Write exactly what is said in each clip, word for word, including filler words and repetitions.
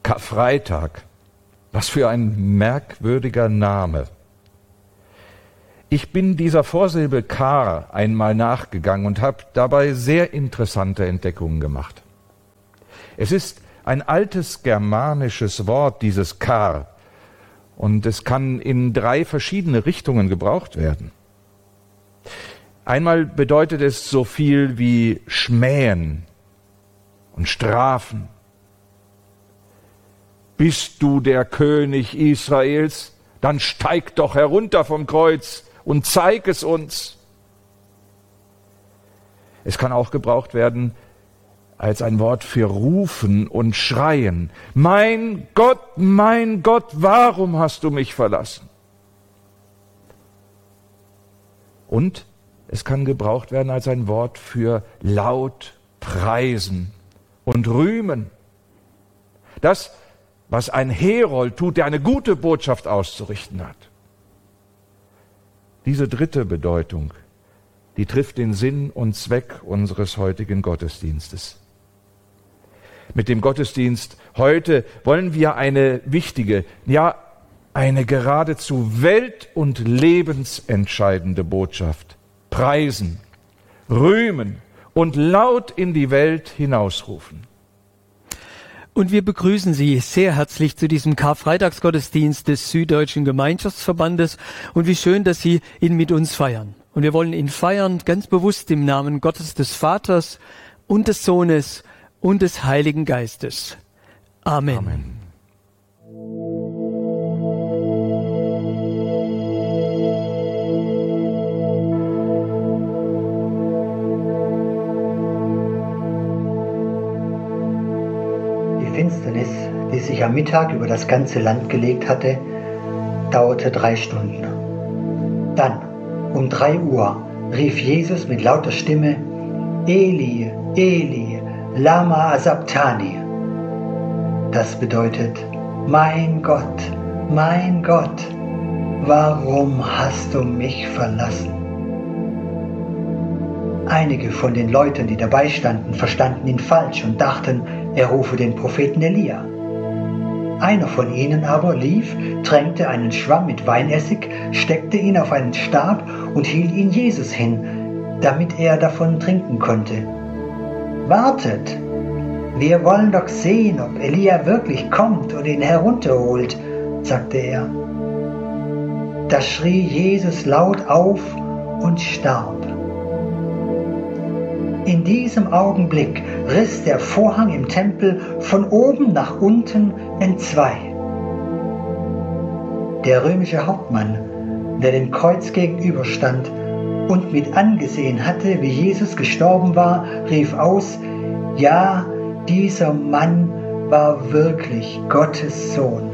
Karfreitag. Was für ein merkwürdiger Name. Ich bin dieser Vorsilbe Kar einmal nachgegangen und habe dabei sehr interessante Entdeckungen gemacht. Es ist ein altes germanisches Wort, dieses Kar, und es kann in drei verschiedene Richtungen gebraucht werden. Einmal bedeutet es so viel wie schmähen und strafen. Bist du der König Israels? Dann steig doch herunter vom Kreuz und zeig es uns. Es kann auch gebraucht werden als ein Wort für rufen und schreien. Mein Gott, mein Gott, warum hast du mich verlassen? Und es kann gebraucht werden als ein Wort für laut preisen und rühmen. Das, was ein Herold tut, der eine gute Botschaft auszurichten hat. Diese dritte Bedeutung, die trifft den Sinn und Zweck unseres heutigen Gottesdienstes. Mit dem Gottesdienst heute wollen wir eine wichtige, ja, eine geradezu welt- und lebensentscheidende Botschaft preisen, rühmen und laut in die Welt hinausrufen. Und wir begrüßen Sie sehr herzlich zu diesem Karfreitagsgottesdienst des Süddeutschen Gemeinschaftsverbandes. Und wie schön, dass Sie ihn mit uns feiern. Und wir wollen ihn feiern ganz bewusst im Namen Gottes des Vaters und des Sohnes und des Heiligen Geistes. Amen. Amen. Die Finsternis, die sich am Mittag über das ganze Land gelegt hatte, dauerte drei Stunden. Dann, um drei Uhr, rief Jesus mit lauter Stimme, Eli, Eli, lama sabachthani. Das bedeutet, mein Gott, mein Gott, warum hast du mich verlassen? Einige von den Leuten, die dabei standen, verstanden ihn falsch und dachten, er rufe den Propheten Elia. Einer von ihnen aber lief, tränkte einen Schwamm mit Weinessig, steckte ihn auf einen Stab und hielt ihn Jesus hin, damit er davon trinken konnte. Wartet! Wir wollen doch sehen, ob Elia wirklich kommt und ihn herunterholt, sagte er. Da schrie Jesus laut auf und starb. In diesem Augenblick riss der Vorhang im Tempel von oben nach unten entzwei. Der römische Hauptmann, der dem Kreuz gegenüberstand und mit angesehen hatte, wie Jesus gestorben war, rief aus, ja, dieser Mann war wirklich Gottes Sohn.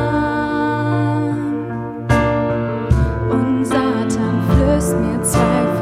Satan flößt mir Zweifel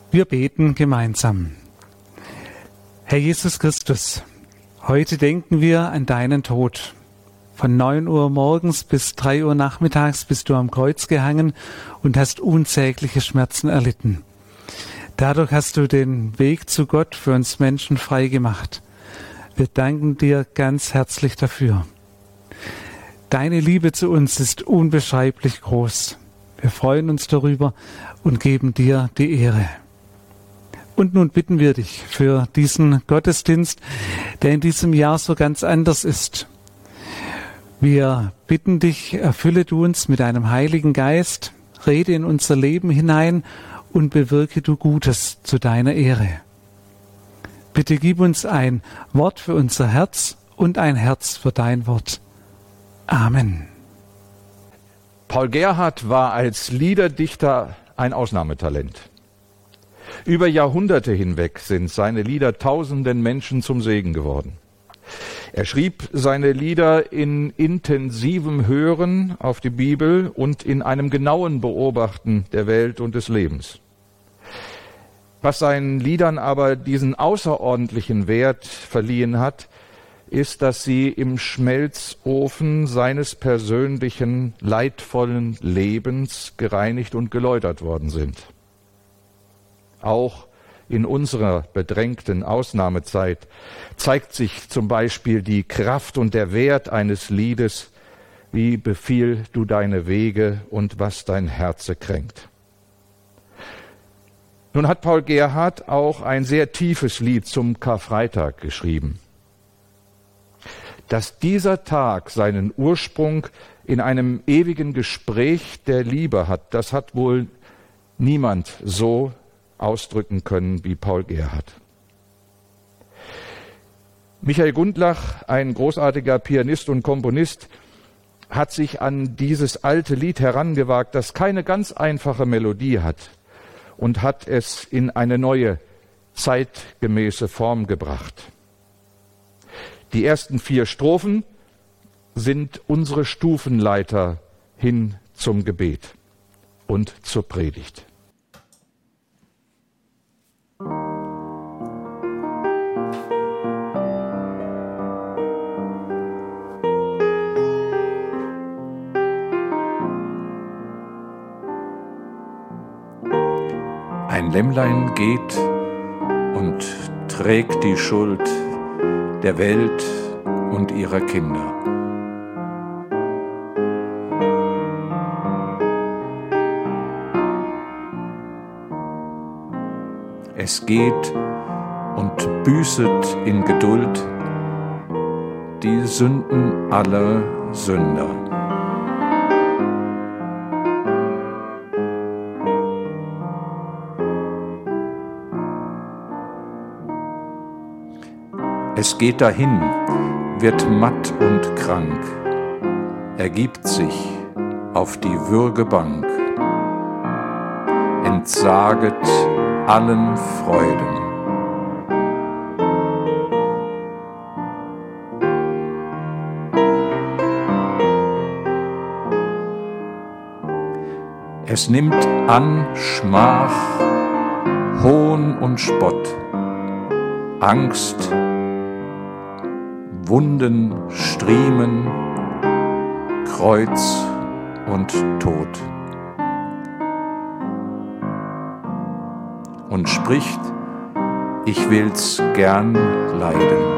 Wir beten gemeinsam. Herr Jesus Christus, heute denken wir an deinen Tod. Von neun Uhr morgens bis drei Uhr nachmittags bist du am Kreuz gehangen und hast unsägliche Schmerzen erlitten. Dadurch hast du den Weg zu Gott für uns Menschen frei gemacht. Wir danken dir ganz herzlich dafür. Deine Liebe zu uns ist unbeschreiblich groß. Wir freuen uns darüber und geben dir die Ehre. Und nun bitten wir dich für diesen Gottesdienst, der in diesem Jahr so ganz anders ist. Wir bitten dich, erfülle du uns mit deinem Heiligen Geist, rede in unser Leben hinein und bewirke du Gutes zu deiner Ehre. Bitte gib uns ein Wort für unser Herz und ein Herz für dein Wort. Amen. Paul Gerhardt war als Liederdichter ein Ausnahmetalent. Über Jahrhunderte hinweg sind seine Lieder tausenden Menschen zum Segen geworden. Er schrieb seine Lieder in intensivem Hören auf die Bibel und in einem genauen Beobachten der Welt und des Lebens. Was seinen Liedern aber diesen außerordentlichen Wert verliehen hat, ist, dass sie im Schmelzofen seines persönlichen, leidvollen Lebens gereinigt und geläutert worden sind. Auch in unserer bedrängten Ausnahmezeit zeigt sich zum Beispiel die Kraft und der Wert eines Liedes, wie befiehl du deine Wege und was dein Herze kränkt. Nun hat Paul Gerhardt auch ein sehr tiefes Lied zum Karfreitag geschrieben. Dass dieser Tag seinen Ursprung in einem ewigen Gespräch der Liebe hat, das hat wohl niemand so ausdrücken können wie Paul Gerhardt. Michael Gundlach, ein großartiger Pianist und Komponist, hat sich an dieses alte Lied herangewagt, das keine ganz einfache Melodie hat, und hat es in eine neue, zeitgemäße Form gebracht. Die ersten vier Strophen sind unsere Stufenleiter hin zum Gebet und zur Predigt. Ein Lämmlein geht und trägt die Schuld der Welt und ihrer Kinder. Es geht und büßet in Geduld die Sünden aller Sünder. Es geht dahin, wird matt und krank, ergibt sich auf die Würgebank, entsaget allen Freuden. Es nimmt an Schmach, Hohn und Spott, Angst, Wunden, Striemen, Kreuz und Tod. Und spricht, ich will's gern leiden.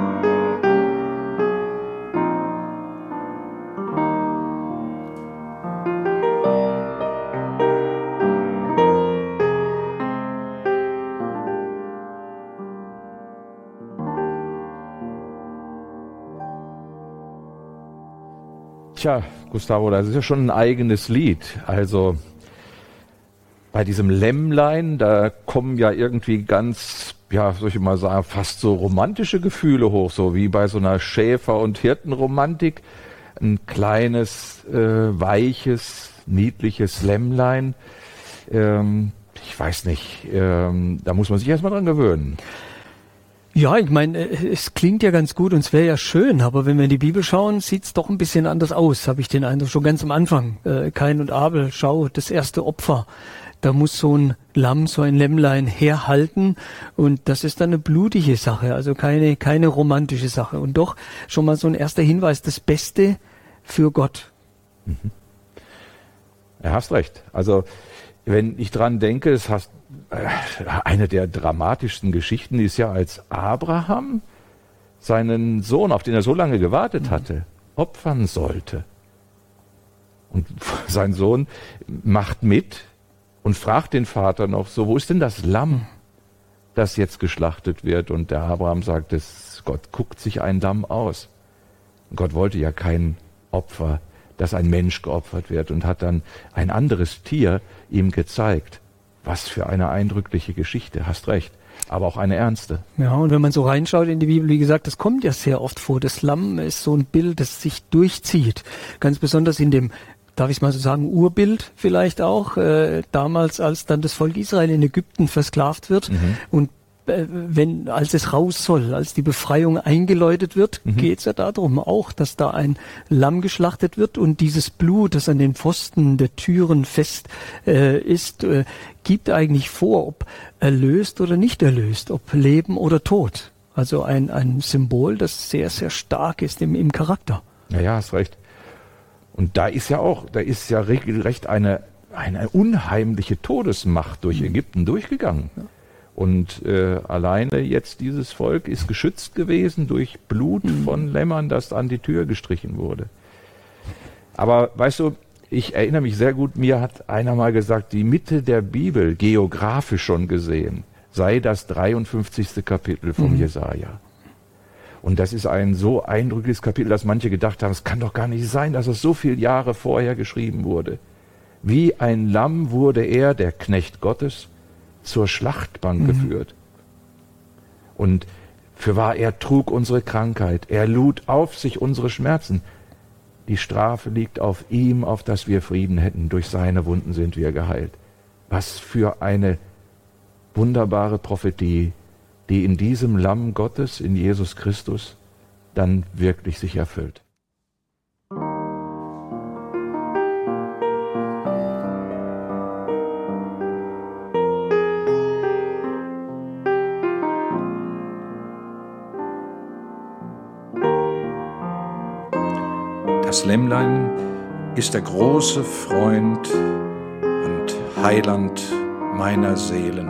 Tja, Gustavo, das ist ja schon ein eigenes Lied. Also bei diesem Lämmlein, da kommen ja irgendwie ganz, ja, soll ich mal sagen, fast so romantische Gefühle hoch, so wie bei so einer Schäfer- und Hirtenromantik. Ein kleines, äh, weiches, niedliches Lämmlein. Ähm, ich weiß nicht, ähm, da muss man sich erstmal dran gewöhnen. Ja, ich meine, es klingt ja ganz gut und es wäre ja schön, aber wenn wir in die Bibel schauen, sieht's doch ein bisschen anders aus, habe ich den Eindruck, schon ganz am Anfang. Äh, Kain und Abel, schau, das erste Opfer. da muss so ein Lamm, so ein Lämmlein herhalten und das ist dann eine blutige Sache, also keine, keine romantische Sache. Und doch schon mal so ein erster Hinweis, das Beste für Gott. Mhm. Ja, hast recht. Also wenn ich dran denke, es hast, äh, eine der dramatischsten Geschichten ist ja, als Abraham seinen Sohn, auf den er so lange gewartet hatte, opfern sollte. Und sein Sohn macht mit und fragt den Vater noch so, wo ist denn das Lamm, das jetzt geschlachtet wird? Und der Abraham sagt, es, Gott guckt sich ein Lamm aus. Und Gott wollte ja kein Opfer, dass ein Mensch geopfert wird, und hat dann ein anderes Tier ihm gezeigt. Was für eine eindrückliche Geschichte, hast recht, aber auch eine ernste. Ja, und wenn man so reinschaut in die Bibel, wie gesagt, das kommt ja sehr oft vor. Das Lamm ist so ein Bild, das sich durchzieht. Ganz besonders in dem, darf ich mal so sagen, Urbild vielleicht auch, äh, damals, als dann das Volk Israel in Ägypten versklavt wird Mhm. und äh, wenn, als es raus soll, als die Befreiung eingeläutet wird, Mhm. geht es ja darum auch, dass da ein Lamm geschlachtet wird und dieses Blut, das an den Pfosten der Türen fest äh, ist, äh, gibt eigentlich vor, ob erlöst oder nicht erlöst, ob Leben oder Tod. Also ein, ein Symbol, das sehr, sehr stark ist im, im Charakter. Ja, ja, hast recht. Und da ist ja auch, da ist ja regelrecht eine, eine unheimliche Todesmacht durch Ägypten durchgegangen. Und äh, alleine jetzt dieses Volk ist geschützt gewesen durch Blut von Lämmern, das an die Tür gestrichen wurde. Aber weißt du, ich erinnere mich sehr gut, mir hat einer mal gesagt, die Mitte der Bibel, geografisch schon gesehen, sei das dreiundfünfzigste Kapitel vom Mhm. Jesaja. Und das ist ein so eindrückliches Kapitel, dass manche gedacht haben, es kann doch gar nicht sein, dass es so viele Jahre vorher geschrieben wurde. Wie ein Lamm wurde er, der Knecht Gottes, zur Schlachtbank Mhm. geführt. Und fürwahr, er trug unsere Krankheit, er lud auf sich unsere Schmerzen. Die Strafe liegt auf ihm, auf dass wir Frieden hätten. Durch seine Wunden sind wir geheilt. Was für eine wunderbare Prophetie, die in diesem Lamm Gottes, in Jesus Christus, dann wirklich sich erfüllt. Das Lämmlein ist der große Freund und Heiland meiner Seelen.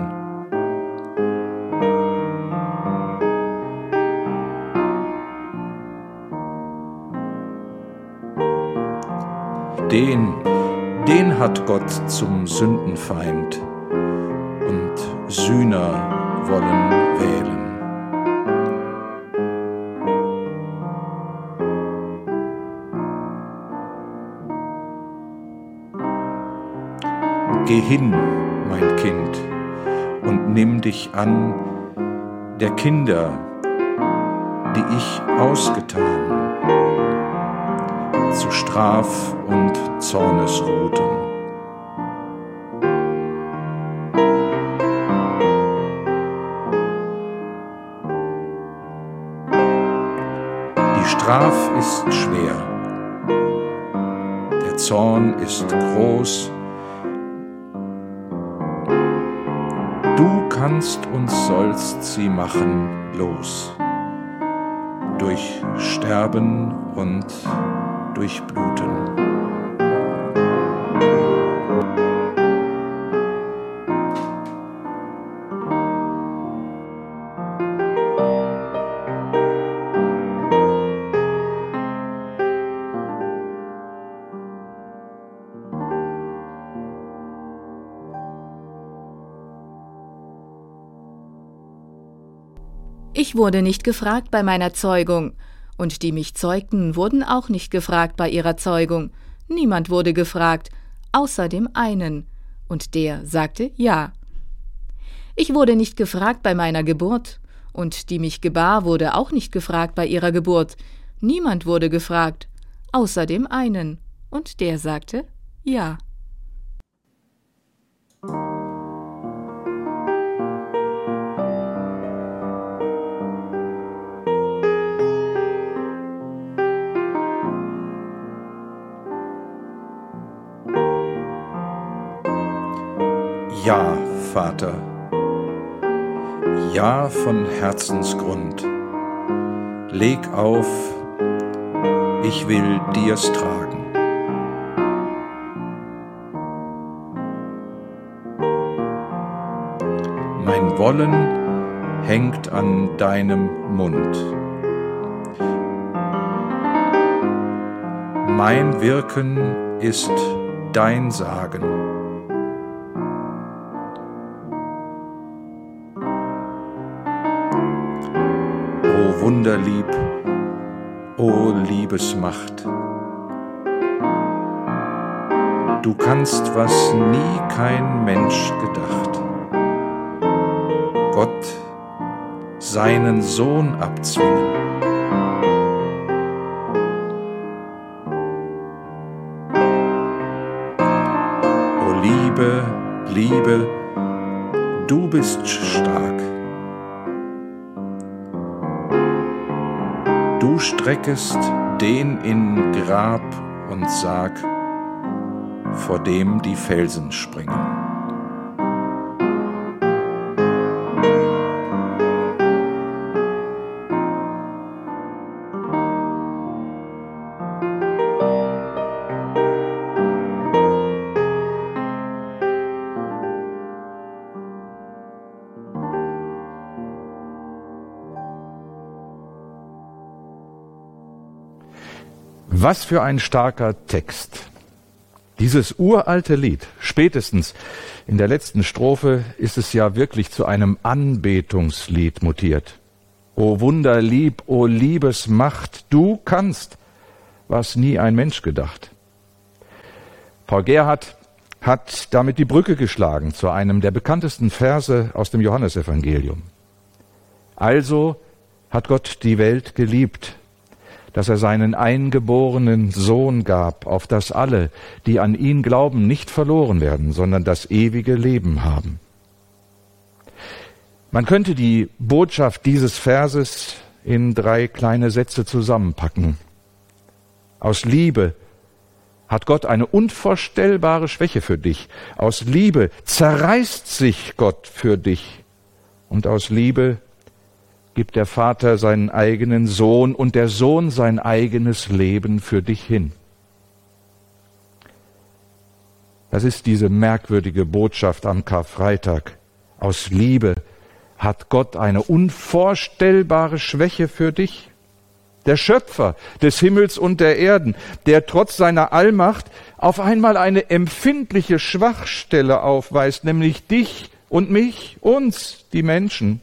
Den, den hat Gott zum Sündenfeind und Sühner wollen wählen. Geh hin, mein Kind, und nimm dich an der Kinder, die ich ausgetan, zu Straf- und Zornesruten. Die Straf ist schwer, der Zorn ist groß. Du kannst und sollst sie machen los, durch Sterben und durch Bluten. Ich wurde nicht gefragt bei meiner Zeugung, und die mich zeugten, wurden auch nicht gefragt bei ihrer Zeugung. Niemand wurde gefragt, außer dem einen, und der sagte ja. Ich wurde nicht gefragt bei meiner Geburt, und die mich gebar, wurde auch nicht gefragt bei ihrer Geburt. Niemand wurde gefragt, außer dem einen, und der sagte ja. Ja, Vater, ja von Herzensgrund. Leg auf, ich will dir's tragen. Mein Wollen hängt an deinem Mund. Mein Wirken ist dein Sagen. O Wunderlieb, o Liebesmacht, du kannst, was nie kein Mensch gedacht. Gott seinen Sohn abzwingen. O Liebe, Liebe, du bist stark. Du streckest den in Grab und Sarg, vor dem die Felsen springen. Was für ein starker Text. Dieses uralte Lied, spätestens in der letzten Strophe, ist es ja wirklich zu einem Anbetungslied mutiert. O Wunderlieb, o Liebesmacht, du kannst, was nie ein Mensch gedacht. Paul Gerhardt hat damit die Brücke geschlagen zu einem der bekanntesten Verse aus dem Johannesevangelium. Also hat Gott die Welt geliebt, dass er seinen eingeborenen Sohn gab, auf dass alle, die an ihn glauben, nicht verloren werden, sondern das ewige Leben haben. Man könnte die Botschaft dieses Verses in drei kleine Sätze zusammenpacken. Aus Liebe hat Gott eine unvorstellbare Schwäche für dich. Aus Liebe zerreißt sich Gott für dich. Und aus Liebe gibt der Vater seinen eigenen Sohn und der Sohn sein eigenes Leben für dich hin. Das ist diese merkwürdige Botschaft am Karfreitag. Aus Liebe hat Gott eine unvorstellbare Schwäche für dich. Der Schöpfer des Himmels und der Erden, der trotz seiner Allmacht auf einmal eine empfindliche Schwachstelle aufweist, nämlich dich und mich, uns, die Menschen.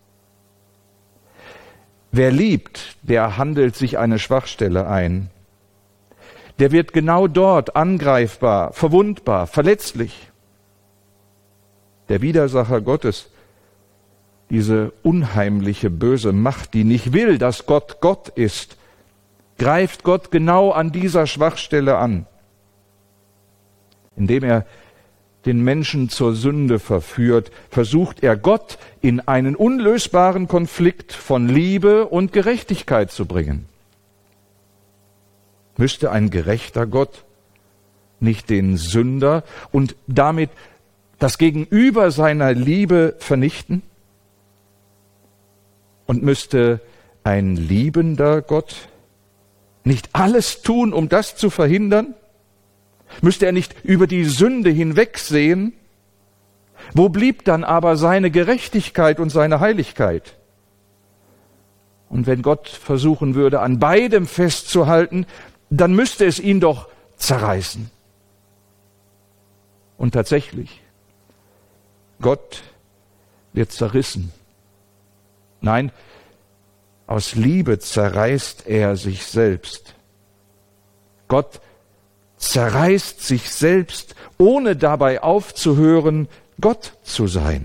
Wer liebt, der handelt sich eine Schwachstelle ein. Der wird genau dort angreifbar, verwundbar, verletzlich. Der Widersacher Gottes, diese unheimliche, böse Macht, die nicht will, dass Gott Gott ist, greift Gott genau an dieser Schwachstelle an, indem er den Menschen zur Sünde verführt, versucht er Gott in einen unlösbaren Konflikt von Liebe und Gerechtigkeit zu bringen. Müsste ein gerechter Gott nicht den Sünder und damit das Gegenüber seiner Liebe vernichten? Und müsste ein liebender Gott nicht alles tun, um das zu verhindern? Müsste er nicht über die Sünde hinwegsehen? Wo blieb dann aber seine Gerechtigkeit und seine Heiligkeit? Und wenn Gott versuchen würde, an beidem festzuhalten, dann müsste es ihn doch zerreißen. Und tatsächlich, Gott wird zerrissen. Nein, aus Liebe zerreißt er sich selbst. Gott zerreißt sich selbst, ohne dabei aufzuhören, Gott zu sein.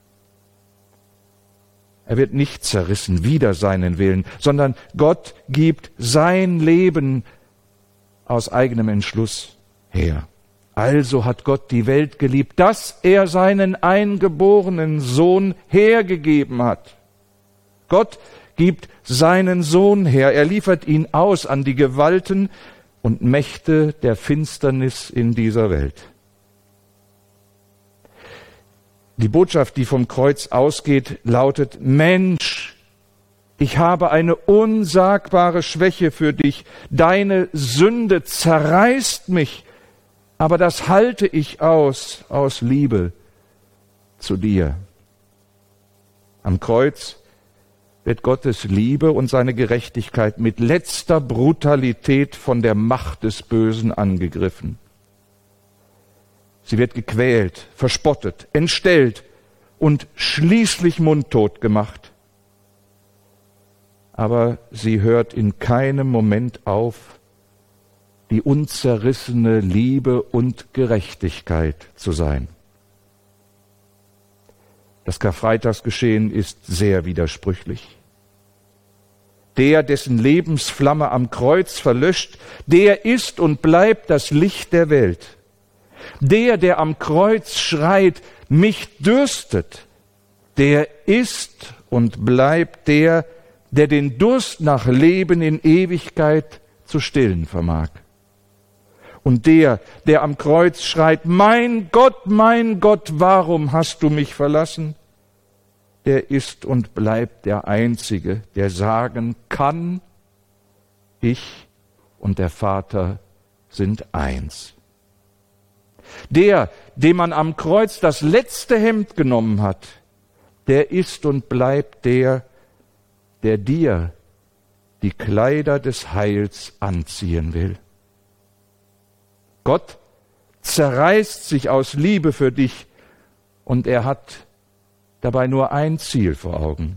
Er wird nicht zerrissen wider seinen Willen, sondern Gott gibt sein Leben aus eigenem Entschluss her. Also hat Gott die Welt geliebt, dass er seinen eingeborenen Sohn hergegeben hat. Gott gibt seinen Sohn her, er liefert ihn aus an die Gewalten und Mächte der Finsternis in dieser Welt. Die Botschaft, die vom Kreuz ausgeht, lautet: Mensch, ich habe eine unsagbare Schwäche für dich. Deine Sünde zerreißt mich, aber das halte ich aus, aus Liebe zu dir. Am Kreuz wird Gottes Liebe und seine Gerechtigkeit mit letzter Brutalität von der Macht des Bösen angegriffen. Sie wird gequält, verspottet, entstellt und schließlich mundtot gemacht. Aber sie hört in keinem Moment auf, die unzerrissene Liebe und Gerechtigkeit zu sein. Das Karfreitagsgeschehen ist sehr widersprüchlich. Der, dessen Lebensflamme am Kreuz verlöscht, der ist und bleibt das Licht der Welt. Der, der am Kreuz schreit, mich dürstet, der ist und bleibt der, der den Durst nach Leben in Ewigkeit zu stillen vermag. Und der, der am Kreuz schreit, mein Gott, mein Gott, warum hast du mich verlassen? Der ist und bleibt der Einzige, der sagen kann, ich und der Vater sind eins. Der, dem man am Kreuz das letzte Hemd genommen hat, der ist und bleibt der, der dir die Kleider des Heils anziehen will. Gott zerreißt sich aus Liebe für dich und er hat dabei nur ein Ziel vor Augen.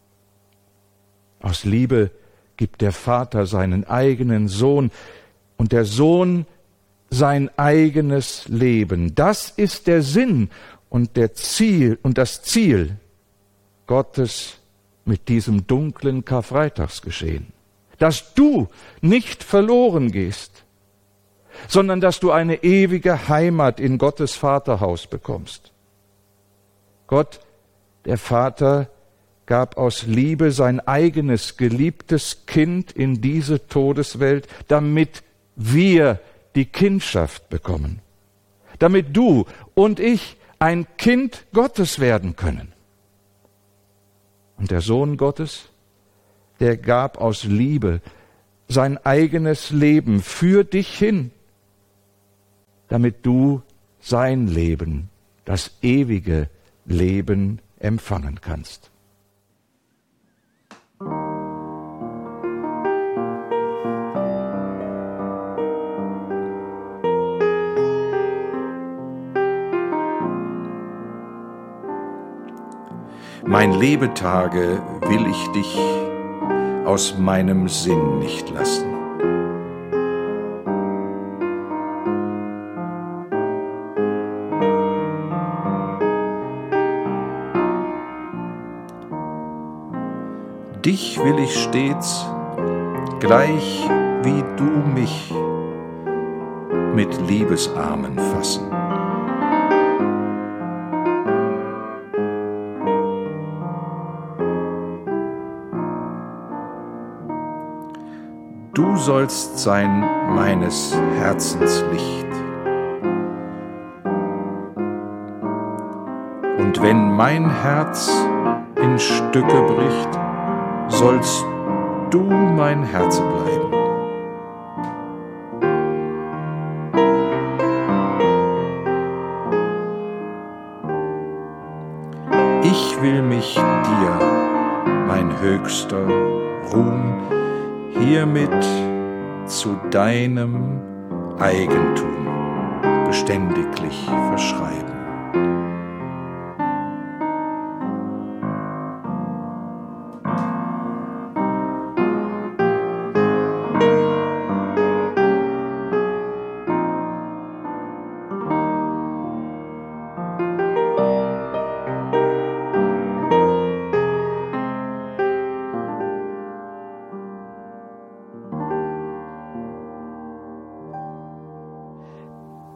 Aus Liebe gibt der Vater seinen eigenen Sohn und der Sohn sein eigenes Leben. Das ist der Sinn und der Ziel und das Ziel Gottes mit diesem dunklen Karfreitagsgeschehen. Dass du nicht verloren gehst, sondern dass du eine ewige Heimat in Gottes Vaterhaus bekommst. Gott, der Vater, gab aus Liebe sein eigenes geliebtes Kind in diese Todeswelt, damit wir die Kindschaft bekommen, damit du und ich ein Kind Gottes werden können. Und der Sohn Gottes, der gab aus Liebe sein eigenes Leben für dich hin, damit du sein Leben, das ewige Leben, empfangen kannst. Mein Lebetage will ich dich aus meinem Sinn nicht lassen. Dich will ich stets, gleich wie du mich, mit Liebesarmen fassen. Du sollst sein meines Herzens Licht. Und wenn mein Herz in Stücke bricht, sollst du mein Herz bleiben. Ich will mich dir, mein höchster Ruhm, hiermit zu deinem Eigentum beständiglich verschreiben.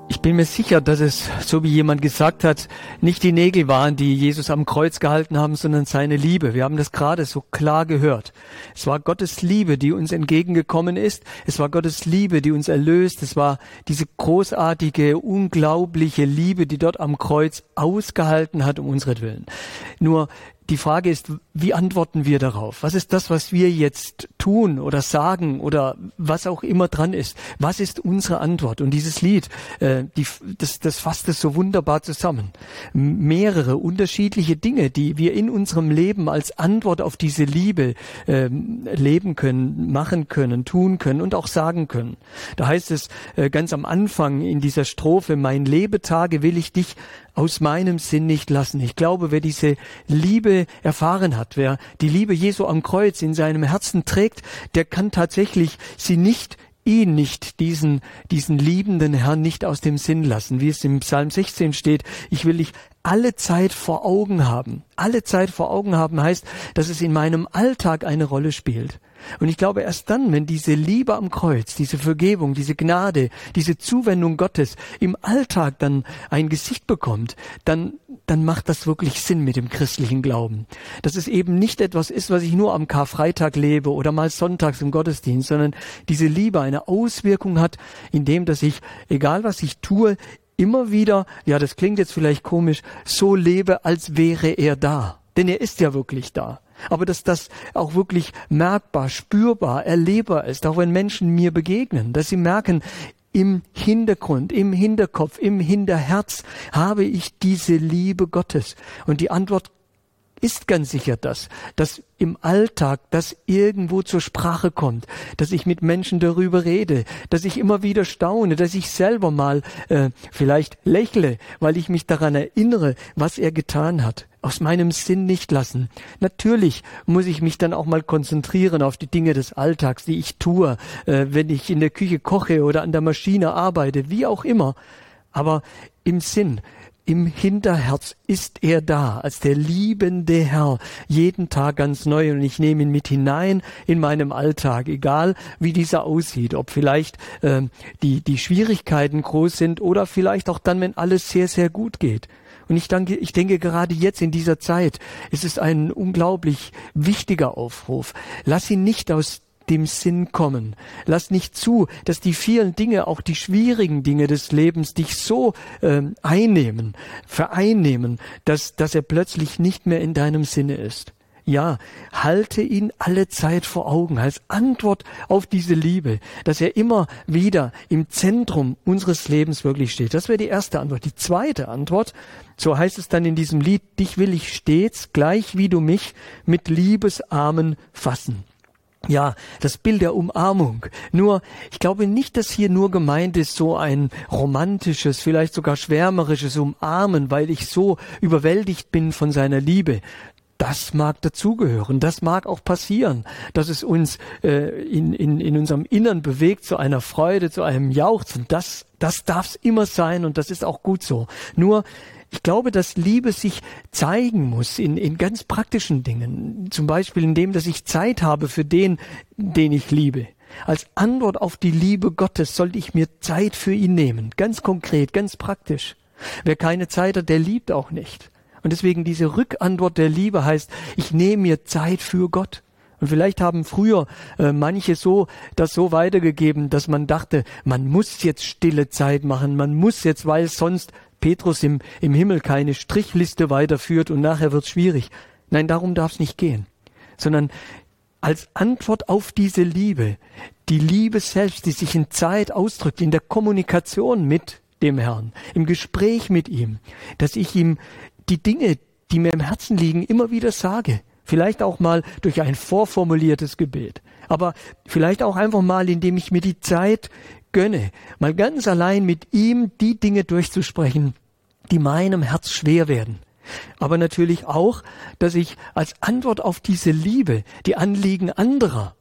Ich bin mir sicher, dass es, so wie jemand gesagt hat, nicht die Nägel waren, die Jesus am Kreuz gehalten haben, sondern seine Liebe. Wir haben das gerade so klar gehört. Es war Gottes Liebe, die uns entgegengekommen ist. Es war Gottes Liebe, die uns erlöst. Es war diese großartige, unglaubliche Liebe, die dort am Kreuz ausgehalten hat, um unsretwillen. Nur die Frage ist, wie antworten wir darauf? Was ist das, was wir jetzt tun oder sagen oder was auch immer dran ist? Was ist unsere Antwort? Und dieses Lied, äh, die, das, das fasst es so wunderbar zusammen. Mehrere unterschiedliche Dinge, die wir in unserem Leben als Antwort auf diese Liebe äh, leben können, machen können, tun können und auch sagen können. Da heißt es äh, ganz am Anfang in dieser Strophe, mein Lebetage will ich dich aus meinem Sinn nicht lassen. Ich glaube, wer diese Liebe erfahren hat, wer die Liebe Jesu am Kreuz in seinem Herzen trägt, der kann tatsächlich sie nicht, ihn nicht, diesen, diesen liebenden Herrn nicht aus dem Sinn lassen. Wie es im Psalm sechzehn steht, ich will dich alle Zeit vor Augen haben. Alle Zeit vor Augen haben heißt, dass es in meinem Alltag eine Rolle spielt. Und ich glaube, erst dann, wenn diese Liebe am Kreuz, diese Vergebung, diese Gnade, diese Zuwendung Gottes im Alltag dann ein Gesicht bekommt, dann, dann macht das wirklich Sinn mit dem christlichen Glauben. Dass es eben nicht etwas ist, was ich nur am Karfreitag lebe oder mal sonntags im Gottesdienst, sondern diese Liebe eine Auswirkung hat, indem, dass ich, egal was ich tue, immer wieder, ja, das klingt jetzt vielleicht komisch, so lebe, als wäre er da. Denn er ist ja wirklich da. Aber dass das auch wirklich merkbar, spürbar, erlebbar ist, auch wenn Menschen mir begegnen, dass sie merken, im Hintergrund, im Hinterkopf, im Hinterherz habe ich diese Liebe Gottes. Und die Antwort ist ganz sicher das, dass im Alltag das irgendwo zur Sprache kommt, dass ich mit Menschen darüber rede, dass ich immer wieder staune, dass ich selber mal äh, vielleicht lächle, weil ich mich daran erinnere, was er getan hat. Aus meinem Sinn nicht lassen. Natürlich muss ich mich dann auch mal konzentrieren auf die Dinge des Alltags, die ich tue, äh, wenn ich in der Küche koche oder an der Maschine arbeite, wie auch immer. Aber im Sinn, im Hinterherz ist er da, als der liebende Herr, jeden Tag ganz neu, und ich nehme ihn mit hinein in meinem Alltag, egal wie dieser aussieht, ob vielleicht äh, die, die Schwierigkeiten groß sind oder vielleicht auch dann, wenn alles sehr, sehr gut geht. Und ich denke, ich denke gerade jetzt in dieser Zeit, es ist ein unglaublich wichtiger Aufruf. Lass ihn nicht aus dem Sinn kommen. Lass nicht zu, dass die vielen Dinge, auch die schwierigen Dinge des Lebens, dich so ähm, einnehmen, vereinnehmen, dass, dass er plötzlich nicht mehr in deinem Sinne ist. Ja, halte ihn alle Zeit vor Augen als Antwort auf diese Liebe, dass er immer wieder im Zentrum unseres Lebens wirklich steht. Das wäre die erste Antwort. Die zweite Antwort, so heißt es dann in diesem Lied, dich will ich stets, gleich wie du mich, mit Liebesarmen fassen. Ja, das Bild der Umarmung. Nur, ich glaube nicht, dass hier nur gemeint ist so ein romantisches, vielleicht sogar schwärmerisches Umarmen, weil ich so überwältigt bin von seiner Liebe. Das mag dazugehören, das mag auch passieren, dass es uns äh, in, in, in unserem Innern bewegt zu einer Freude, zu einem Jauchzen. Das, das darf es immer sein und das ist auch gut so. Nur, ich glaube, dass Liebe sich zeigen muss in, in ganz praktischen Dingen. Zum Beispiel in dem, dass ich Zeit habe für den, den ich liebe. Als Antwort auf die Liebe Gottes sollte ich mir Zeit für ihn nehmen. Ganz konkret, ganz praktisch. Wer keine Zeit hat, der liebt auch nicht. Und deswegen diese Rückantwort der Liebe heißt, ich nehme mir Zeit für Gott. Und vielleicht haben früher äh, manche so das so weitergegeben, dass man dachte, man muss jetzt stille Zeit machen, man muss jetzt, weil sonst Petrus im, im Himmel keine Strichliste weiterführt und nachher wird's schwierig. Nein, darum darf's nicht gehen. Sondern als Antwort auf diese Liebe, die Liebe selbst, die sich in Zeit ausdrückt, in der Kommunikation mit dem Herrn, im Gespräch mit ihm, dass ich ihm die Dinge, die mir im Herzen liegen, immer wieder sage. Vielleicht auch mal durch ein vorformuliertes Gebet. Aber vielleicht auch einfach mal, indem ich mir die Zeit gönne, mal ganz allein mit ihm die Dinge durchzusprechen, die meinem Herz schwer werden. Aber natürlich auch, dass ich als Antwort auf diese Liebe die Anliegen anderer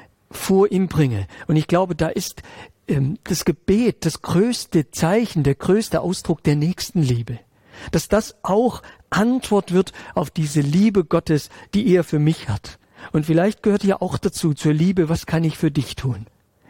vor ihm bringe. Und ich glaube, da ist ähm, das Gebet das größte Zeichen, der größte Ausdruck der Nächstenliebe. Dass das auch Antwort wird auf diese Liebe Gottes, die er für mich hat. Und vielleicht gehört ja auch dazu, zur Liebe, was kann ich für dich tun?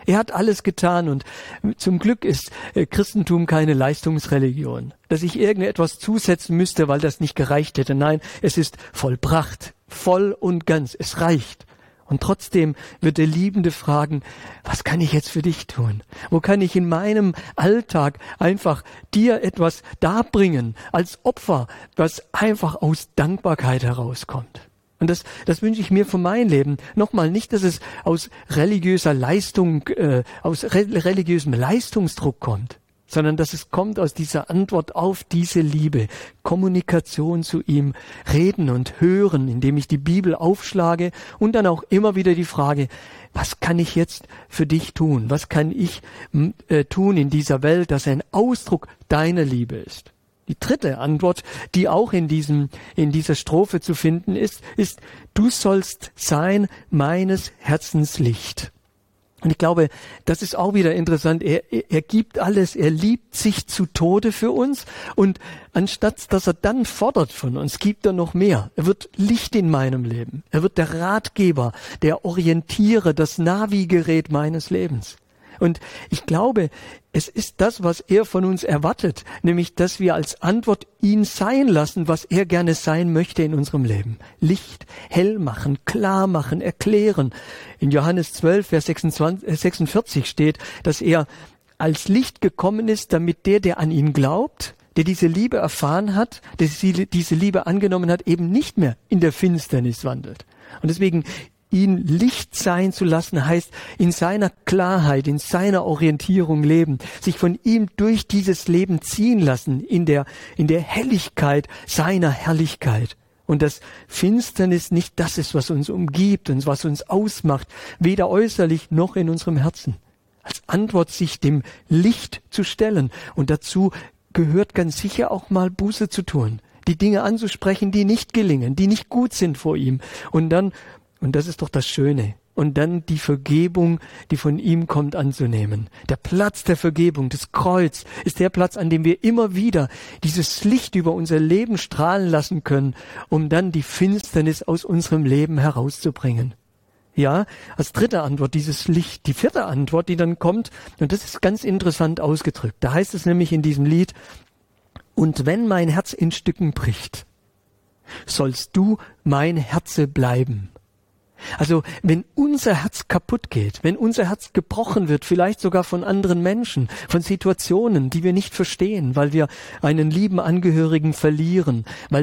Er hat alles getan und zum Glück ist äh, Christentum keine Leistungsreligion, dass ich irgendetwas zusetzen müsste, weil das nicht gereicht hätte. Nein, es ist vollbracht, voll und ganz, es reicht. Und trotzdem wird der Liebende fragen, was kann ich jetzt für dich tun? Wo kann ich in meinem Alltag einfach dir etwas darbringen als Opfer, was einfach aus Dankbarkeit herauskommt? Und das, das wünsche ich mir für mein Leben. Nochmal, nicht, dass es aus religiöser Leistung, äh, aus re- religiösem Leistungsdruck kommt, sondern dass es kommt aus dieser Antwort auf diese Liebe, Kommunikation zu ihm, reden und hören, indem ich die Bibel aufschlage und dann auch immer wieder die Frage, was kann ich jetzt für dich tun? Was kann ich äh, tun in dieser Welt, dass ein Ausdruck deiner Liebe ist? Die dritte Antwort, die auch in diesem, in dieser Strophe zu finden ist, ist, du sollst sein meines Herzens Licht. Und ich glaube, das ist auch wieder interessant. Er, er, er gibt alles, er liebt sich zu Tode für uns und anstatt, dass er dann fordert von uns, gibt er noch mehr. Er wird Licht in meinem Leben. Er wird der Ratgeber, der Orientierer, das Navigerät meines Lebens. Und ich glaube, es ist das, was er von uns erwartet, nämlich, dass wir als Antwort ihn sein lassen, was er gerne sein möchte in unserem Leben. Licht, hell machen, klar machen, erklären. In Johannes zwölf, Vers sechsundvierzig steht, dass er als Licht gekommen ist, damit der, der an ihn glaubt, der diese Liebe erfahren hat, der diese Liebe angenommen hat, eben nicht mehr in der Finsternis wandelt. Und deswegen ihn Licht sein zu lassen, heißt in seiner Klarheit, in seiner Orientierung leben, sich von ihm durch dieses Leben ziehen lassen, in der, in der Helligkeit seiner Herrlichkeit. Und dass Finsternis nicht das ist, was uns umgibt und was uns ausmacht, weder äußerlich noch in unserem Herzen. Als Antwort sich dem Licht zu stellen. Und dazu gehört ganz sicher auch mal Buße zu tun, die Dinge anzusprechen, die nicht gelingen, die nicht gut sind vor ihm. Und dann Und das ist doch das Schöne. Und dann die Vergebung, die von ihm kommt, anzunehmen. Der Platz der Vergebung, das Kreuz, ist der Platz, an dem wir immer wieder dieses Licht über unser Leben strahlen lassen können, um dann die Finsternis aus unserem Leben herauszubringen. Ja, als dritte Antwort dieses Licht. Die vierte Antwort, die dann kommt, und das ist ganz interessant ausgedrückt. Da heißt es nämlich in diesem Lied, und wenn mein Herz in Stücken bricht, sollst du mein Herze bleiben. Also wenn unser Herz kaputt geht, wenn unser Herz gebrochen wird, vielleicht sogar von anderen Menschen, von Situationen, die wir nicht verstehen, weil wir einen lieben Angehörigen verlieren, weil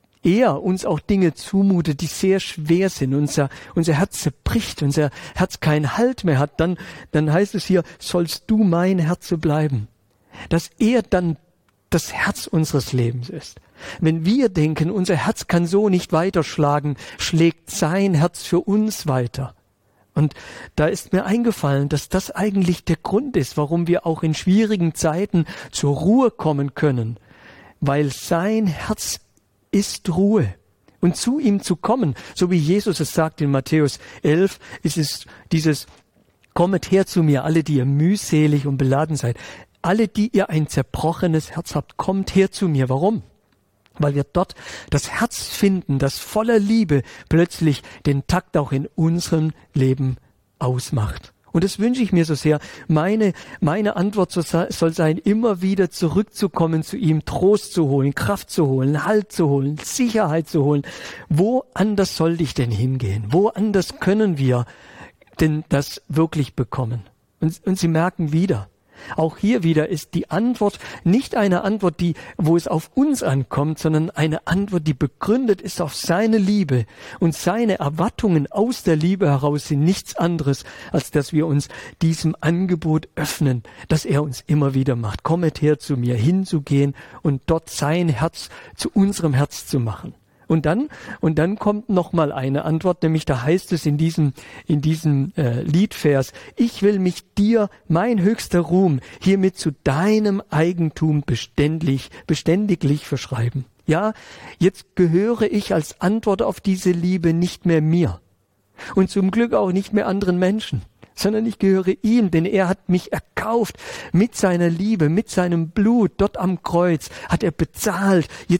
er uns auch Dinge zumutet, die sehr schwer sind, unser, unser Herz zerbricht, unser Herz keinen Halt mehr hat, dann, dann heißt es hier, sollst du mein Herz bleiben. Dass er dann das Herz unseres Lebens ist. Wenn wir denken, unser Herz kann so nicht weiterschlagen, schlägt sein Herz für uns weiter. Und da ist mir eingefallen, dass das eigentlich der Grund ist, warum wir auch in schwierigen Zeiten zur Ruhe kommen können. Weil sein Herz ist Ruhe. Und zu ihm zu kommen, so wie Jesus es sagt in Matthäus elf, ist es dieses, kommet her zu mir, alle, die ihr mühselig und beladen seid. Alle, die ihr ein zerbrochenes Herz habt, kommt her zu mir. Warum? Weil wir dort das Herz finden, das voller Liebe plötzlich den Takt auch in unserem Leben ausmacht. Und das wünsche ich mir so sehr. Meine, meine Antwort soll sein, immer wieder zurückzukommen zu ihm, Trost zu holen, Kraft zu holen, Halt zu holen, Sicherheit zu holen. Wo anders soll ich denn hingehen? Wo anders können wir denn das wirklich bekommen? Und, und Sie merken wieder, auch hier wieder ist die Antwort nicht eine Antwort, die, wo es auf uns ankommt, sondern eine Antwort, die begründet ist auf seine Liebe. Und seine Erwartungen aus der Liebe heraus sind nichts anderes, als dass wir uns diesem Angebot öffnen, das er uns immer wieder macht. Kommet her zu mir, hinzugehen und dort sein Herz zu unserem Herz zu machen. Und dann, und dann kommt noch mal eine Antwort, nämlich da heißt es in diesem, in diesem äh, Liedvers, ich will mich dir, mein höchster Ruhm, hiermit zu deinem Eigentum beständig, beständiglich verschreiben. Ja, jetzt gehöre ich als Antwort auf diese Liebe nicht mehr mir. Und zum Glück auch nicht mehr anderen Menschen, sondern ich gehöre ihm, denn er hat mich erkauft mit seiner Liebe, mit seinem Blut, dort am Kreuz hat er bezahlt. Jetzt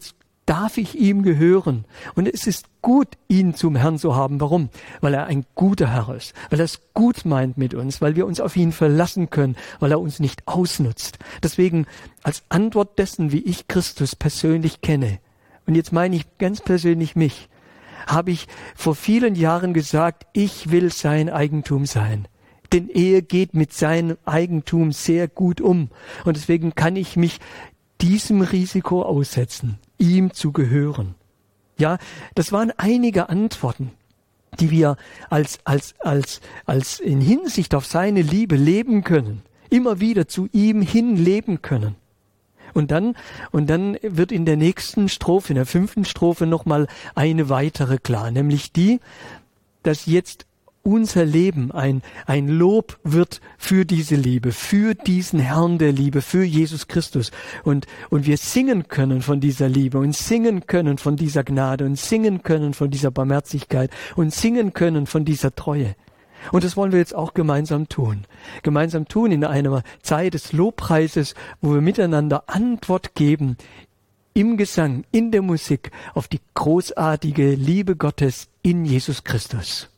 darf ich ihm gehören. Und es ist gut, ihn zum Herrn zu haben. Warum? Weil er ein guter Herr ist, weil er es gut meint mit uns, weil wir uns auf ihn verlassen können, weil er uns nicht ausnutzt. Deswegen als Antwort dessen, wie ich Christus persönlich kenne, und jetzt meine ich ganz persönlich mich, habe ich vor vielen Jahren gesagt, ich will sein Eigentum sein. Denn er geht mit seinem Eigentum sehr gut um. Und deswegen kann ich mich diesem Risiko aussetzen, ihm zu gehören. Ja, das waren einige Antworten, die wir als, als, als, als in Hinsicht auf seine Liebe leben können, immer wieder zu ihm hin leben können. Und dann, und dann wird in der nächsten Strophe, in der fünften Strophe nochmal eine weitere klar, nämlich die, dass jetzt unser Leben ein, ein Lob wird für diese Liebe, für diesen Herrn der Liebe, für Jesus Christus. Und, und wir singen können von dieser Liebe und singen können von dieser Gnade und singen können von dieser Barmherzigkeit und singen können von dieser Treue. Und das wollen wir jetzt auch gemeinsam tun. Gemeinsam tun in einer Zeit des Lobpreises, wo wir miteinander Antwort geben im Gesang, in der Musik auf die großartige Liebe Gottes in Jesus Christus.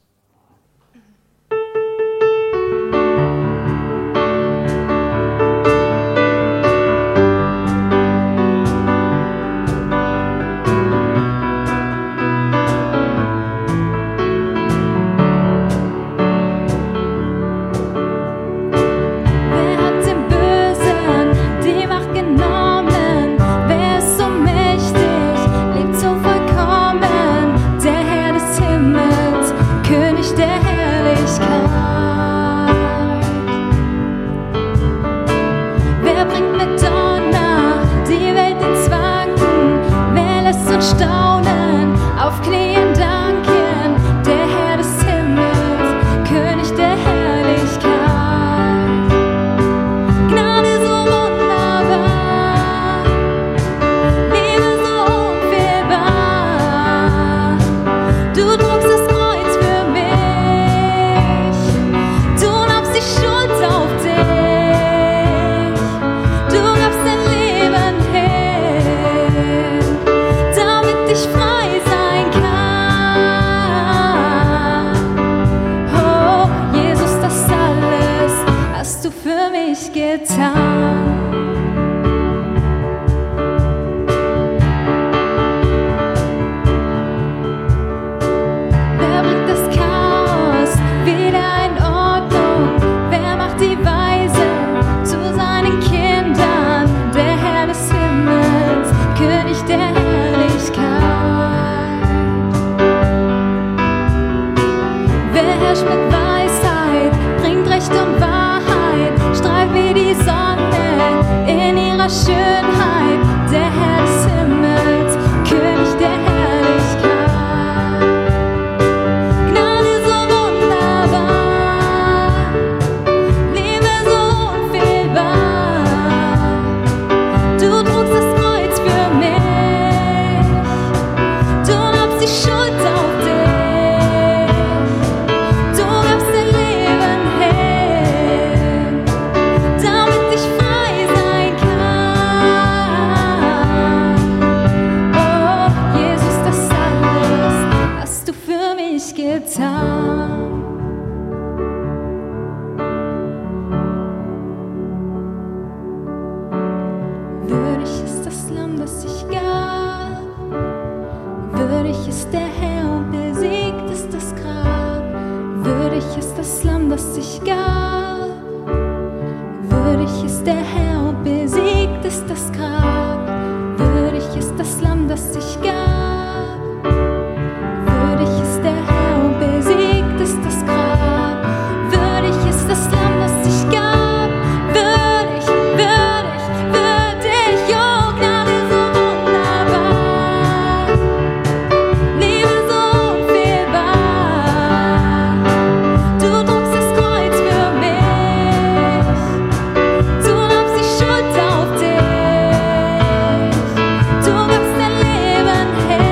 Du gabst dein Leben her.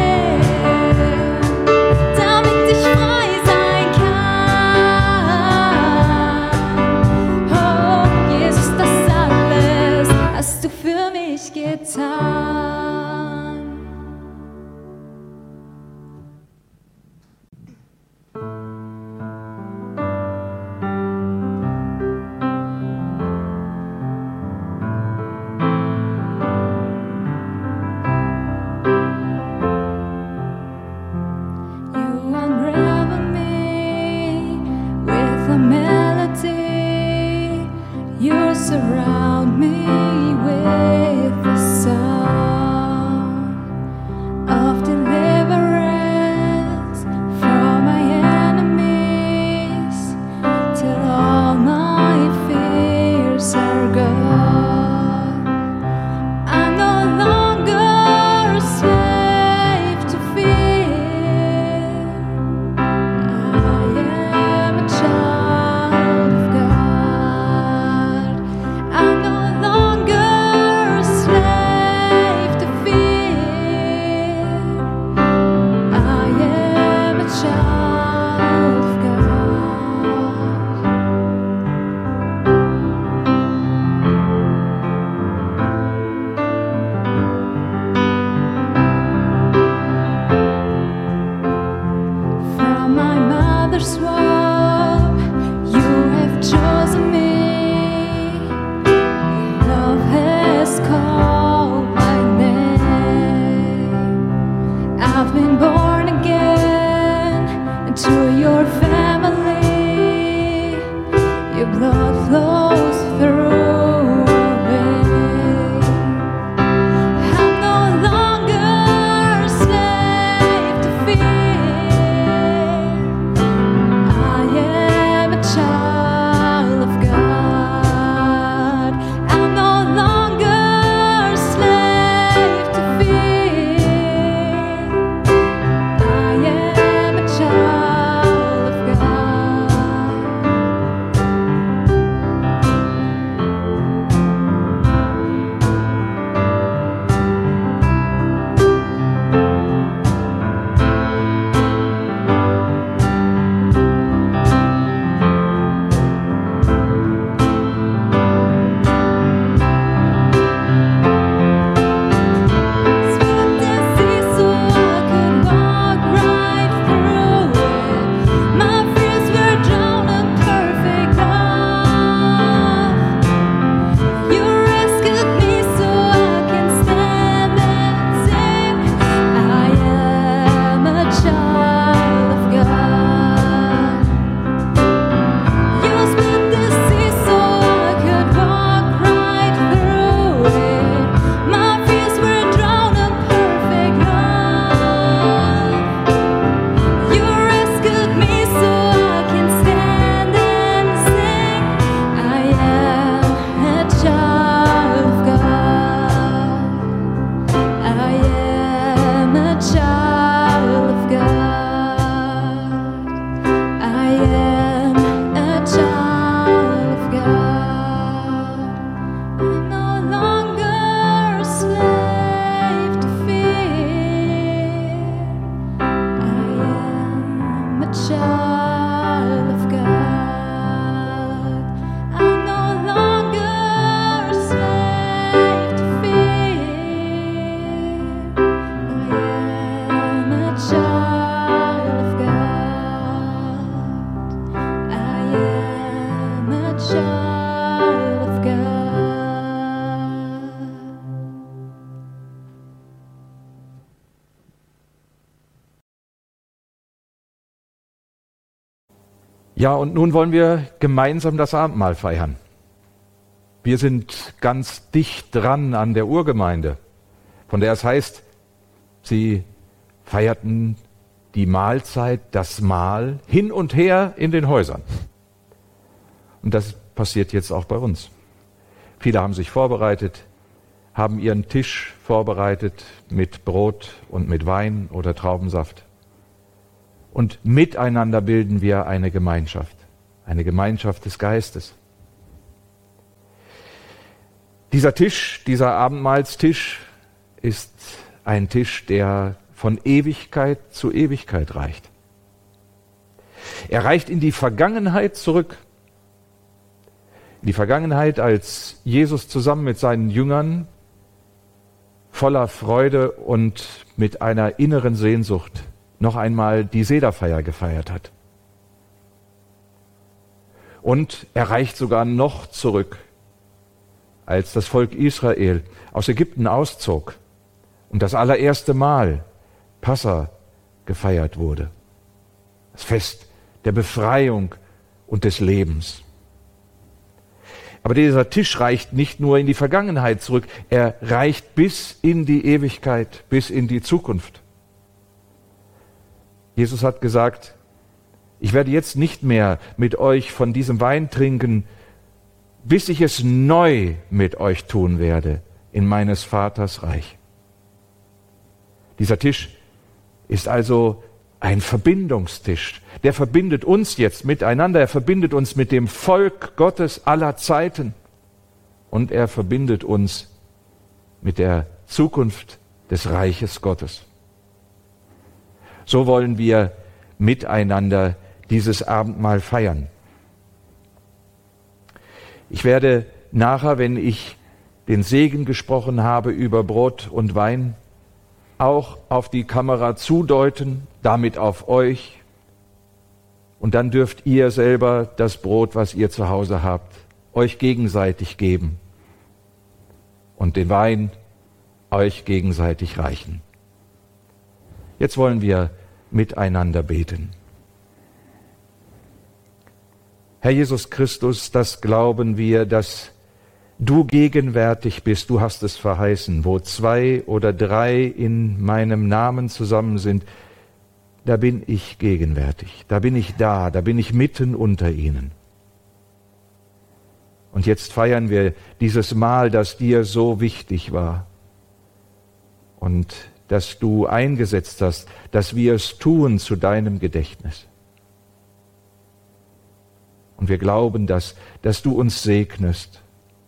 Ja, und nun wollen wir gemeinsam das Abendmahl feiern. Wir sind ganz dicht dran an der Urgemeinde, von der es heißt, sie feierten die Mahlzeit, das Mahl, hin und her in den Häusern. Und das passiert jetzt auch bei uns. Viele haben sich vorbereitet, haben ihren Tisch vorbereitet mit Brot und mit Wein oder Traubensaft. Und miteinander bilden wir eine Gemeinschaft, eine Gemeinschaft des Geistes. Dieser Tisch, dieser Abendmahlstisch ist ein Tisch, der von Ewigkeit zu Ewigkeit reicht. Er reicht in die Vergangenheit zurück. In die Vergangenheit, als Jesus zusammen mit seinen Jüngern voller Freude und mit einer inneren Sehnsucht noch einmal die Sederfeier gefeiert hat. Und er reicht sogar noch zurück, als das Volk Israel aus Ägypten auszog und das allererste Mal Passa gefeiert wurde. Das Fest der Befreiung und des Lebens. Aber dieser Tisch reicht nicht nur in die Vergangenheit zurück, er reicht bis in die Ewigkeit, bis in die Zukunft. Jesus hat gesagt, ich werde jetzt nicht mehr mit euch von diesem Wein trinken, bis ich es neu mit euch tun werde in meines Vaters Reich. Dieser Tisch ist also ein Verbindungstisch. Der verbindet uns jetzt miteinander, er verbindet uns mit dem Volk Gottes aller Zeiten und er verbindet uns mit der Zukunft des Reiches Gottes. So wollen wir miteinander dieses Abendmahl feiern. Ich werde nachher, wenn ich den Segen gesprochen habe über Brot und Wein, auch auf die Kamera zudeuten, damit auf euch. Und dann dürft ihr selber das Brot, was ihr zu Hause habt, euch gegenseitig geben und den Wein euch gegenseitig reichen. Jetzt wollen wir miteinander beten. Herr Jesus Christus, das glauben wir, dass du gegenwärtig bist, du hast es verheißen, wo zwei oder drei in meinem Namen zusammen sind, da bin ich gegenwärtig, da bin ich da, da bin ich mitten unter ihnen. Und jetzt feiern wir dieses Mahl, das dir so wichtig war und das du eingesetzt hast, dass wir es tun zu deinem Gedächtnis. Und wir glauben, dass, dass du uns segnest,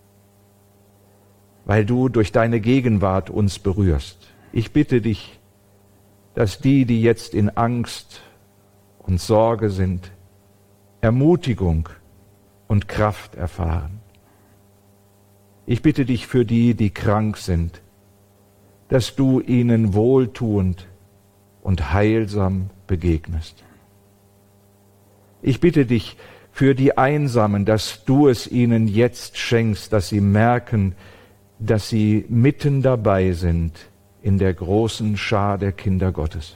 weil du durch deine Gegenwart uns berührst. Ich bitte dich, dass die, die jetzt in Angst und Sorge sind, Ermutigung und Kraft erfahren. Ich bitte dich für die, die krank sind, dass du ihnen wohltuend und heilsam begegnest. Ich bitte dich für die Einsamen, dass du es ihnen jetzt schenkst, dass sie merken, dass sie mitten dabei sind in der großen Schar der Kinder Gottes.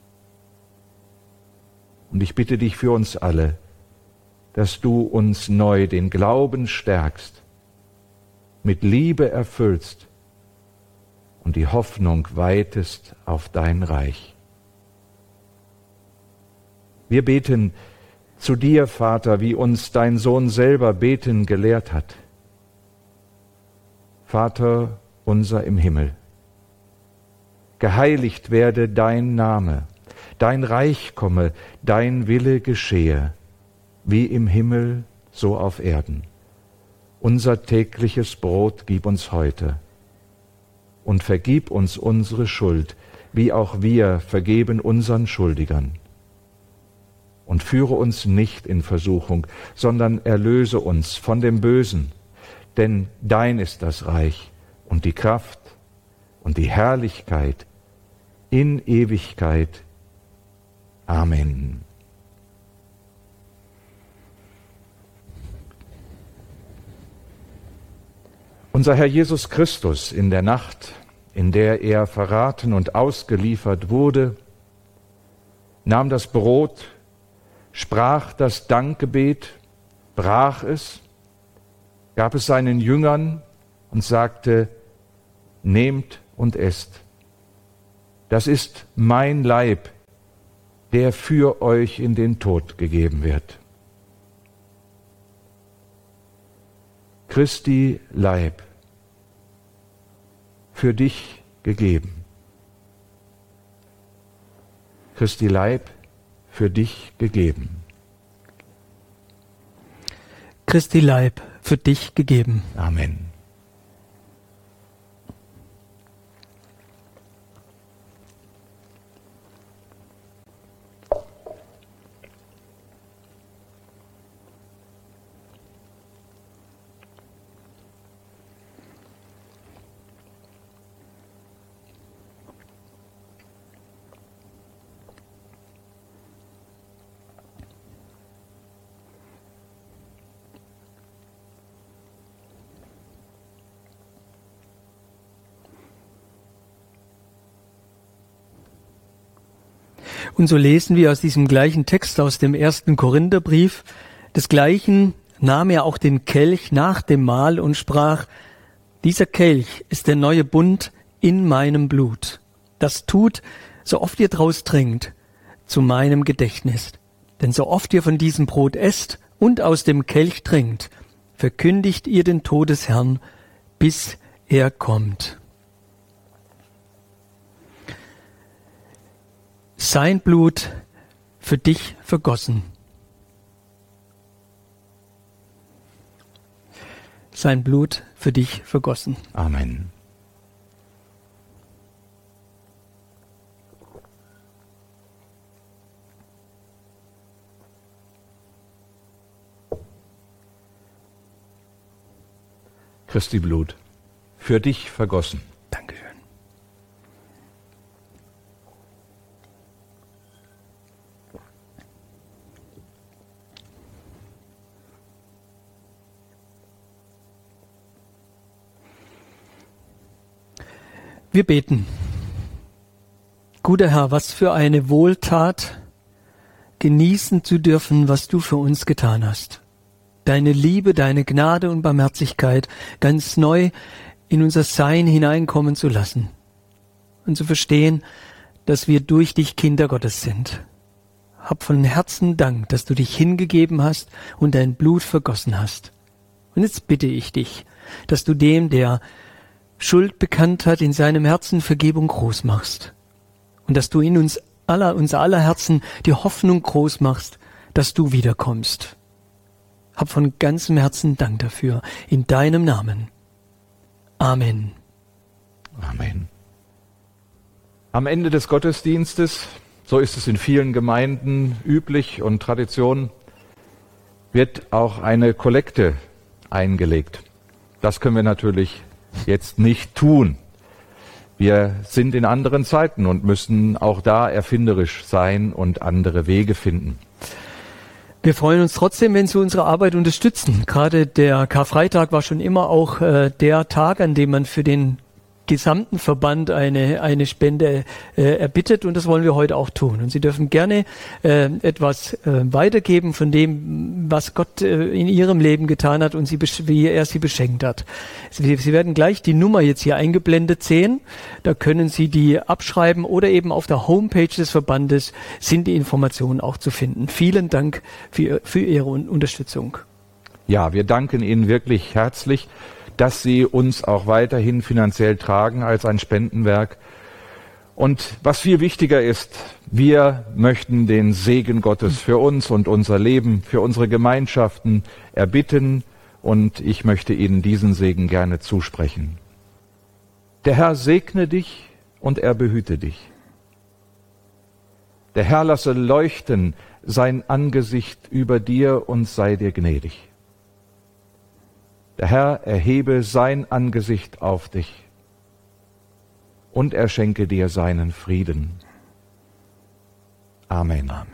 Und ich bitte dich für uns alle, dass du uns neu den Glauben stärkst, mit Liebe erfüllst und die Hoffnung weitest auf dein Reich. Wir beten zu dir, Vater, wie uns dein Sohn selber beten gelehrt hat. Vater unser im Himmel, geheiligt werde dein Name, dein Reich komme, dein Wille geschehe, wie im Himmel, so auf Erden. Unser tägliches Brot gib uns heute und vergib uns unsere Schuld, wie auch wir vergeben unseren Schuldigern. Und führe uns nicht in Versuchung, sondern erlöse uns von dem Bösen, denn dein ist das Reich und die Kraft und die Herrlichkeit in Ewigkeit. Amen. Unser Herr Jesus Christus in der Nacht, in der er verraten und ausgeliefert wurde, nahm das Brot, sprach das Dankgebet, brach es, gab es seinen Jüngern und sagte, nehmt und esst. Das ist mein Leib, der für euch in den Tod gegeben wird. Christi Leib, für dich gegeben. Christi Leib, für dich gegeben. Christi Leib, für dich gegeben. Amen. Und so lesen wir aus diesem gleichen Text aus dem ersten Korintherbrief, desgleichen nahm er auch den Kelch nach dem Mahl und sprach, dieser Kelch ist der neue Bund in meinem Blut. Das tut, so oft ihr draus trinkt, zu meinem Gedächtnis. Denn so oft ihr von diesem Brot esst und aus dem Kelch trinkt, verkündigt ihr den Tod des Herrn, bis er kommt. Sein Blut für dich vergossen. Sein Blut für dich vergossen. Amen. Christi Blut, für dich vergossen. Dankeschön. Wir beten. Guter Herr, was für eine Wohltat, genießen zu dürfen, was du für uns getan hast. Deine Liebe, deine Gnade und Barmherzigkeit ganz neu in unser Sein hineinkommen zu lassen und zu verstehen, dass wir durch dich Kinder Gottes sind. Hab von Herzen Dank, dass du dich hingegeben hast und dein Blut vergossen hast. Und jetzt bitte ich dich, dass du dem, der Schuld bekannt hat, in seinem Herzen Vergebung groß machst. Und dass du in uns aller, unser aller Herzen die Hoffnung groß machst, dass du wiederkommst. Hab von ganzem Herzen Dank dafür, in deinem Namen. Amen. Amen. Am Ende des Gottesdienstes, so ist es in vielen Gemeinden üblich und Tradition, wird auch eine Kollekte eingelegt. Das können wir natürlich jetzt nicht tun. Wir sind in anderen Zeiten und müssen auch da erfinderisch sein und andere Wege finden. Wir freuen uns trotzdem, wenn Sie unsere Arbeit unterstützen. Gerade der Karfreitag war schon immer auch äh, der Tag, an dem man für den gesamten Verband eine eine Spende äh, erbittet, und das wollen wir heute auch tun. Und Sie dürfen gerne äh, etwas äh, weitergeben von dem, was Gott äh, in Ihrem Leben getan hat und Sie, wie er Sie beschenkt hat. Sie, Sie werden gleich die Nummer jetzt hier eingeblendet sehen. Da können Sie die abschreiben oder eben auf der Homepage des Verbandes sind die Informationen auch zu finden. Vielen Dank für, für Ihre Unterstützung. Ja, wir danken Ihnen wirklich herzlich, dass Sie uns auch weiterhin finanziell tragen als ein Spendenwerk. Und was viel wichtiger ist, wir möchten den Segen Gottes für uns und unser Leben, für unsere Gemeinschaften erbitten, und ich möchte Ihnen diesen Segen gerne zusprechen. Der Herr segne dich und er behüte dich. Der Herr lasse leuchten sein Angesicht über dir und sei dir gnädig. Der Herr erhebe sein Angesicht auf dich und er schenke dir seinen Frieden. Amen. Amen.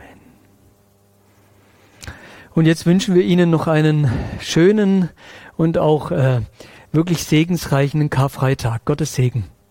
Und jetzt wünschen wir Ihnen noch einen schönen und auch äh, wirklich segensreichen Karfreitag. Gottes Segen.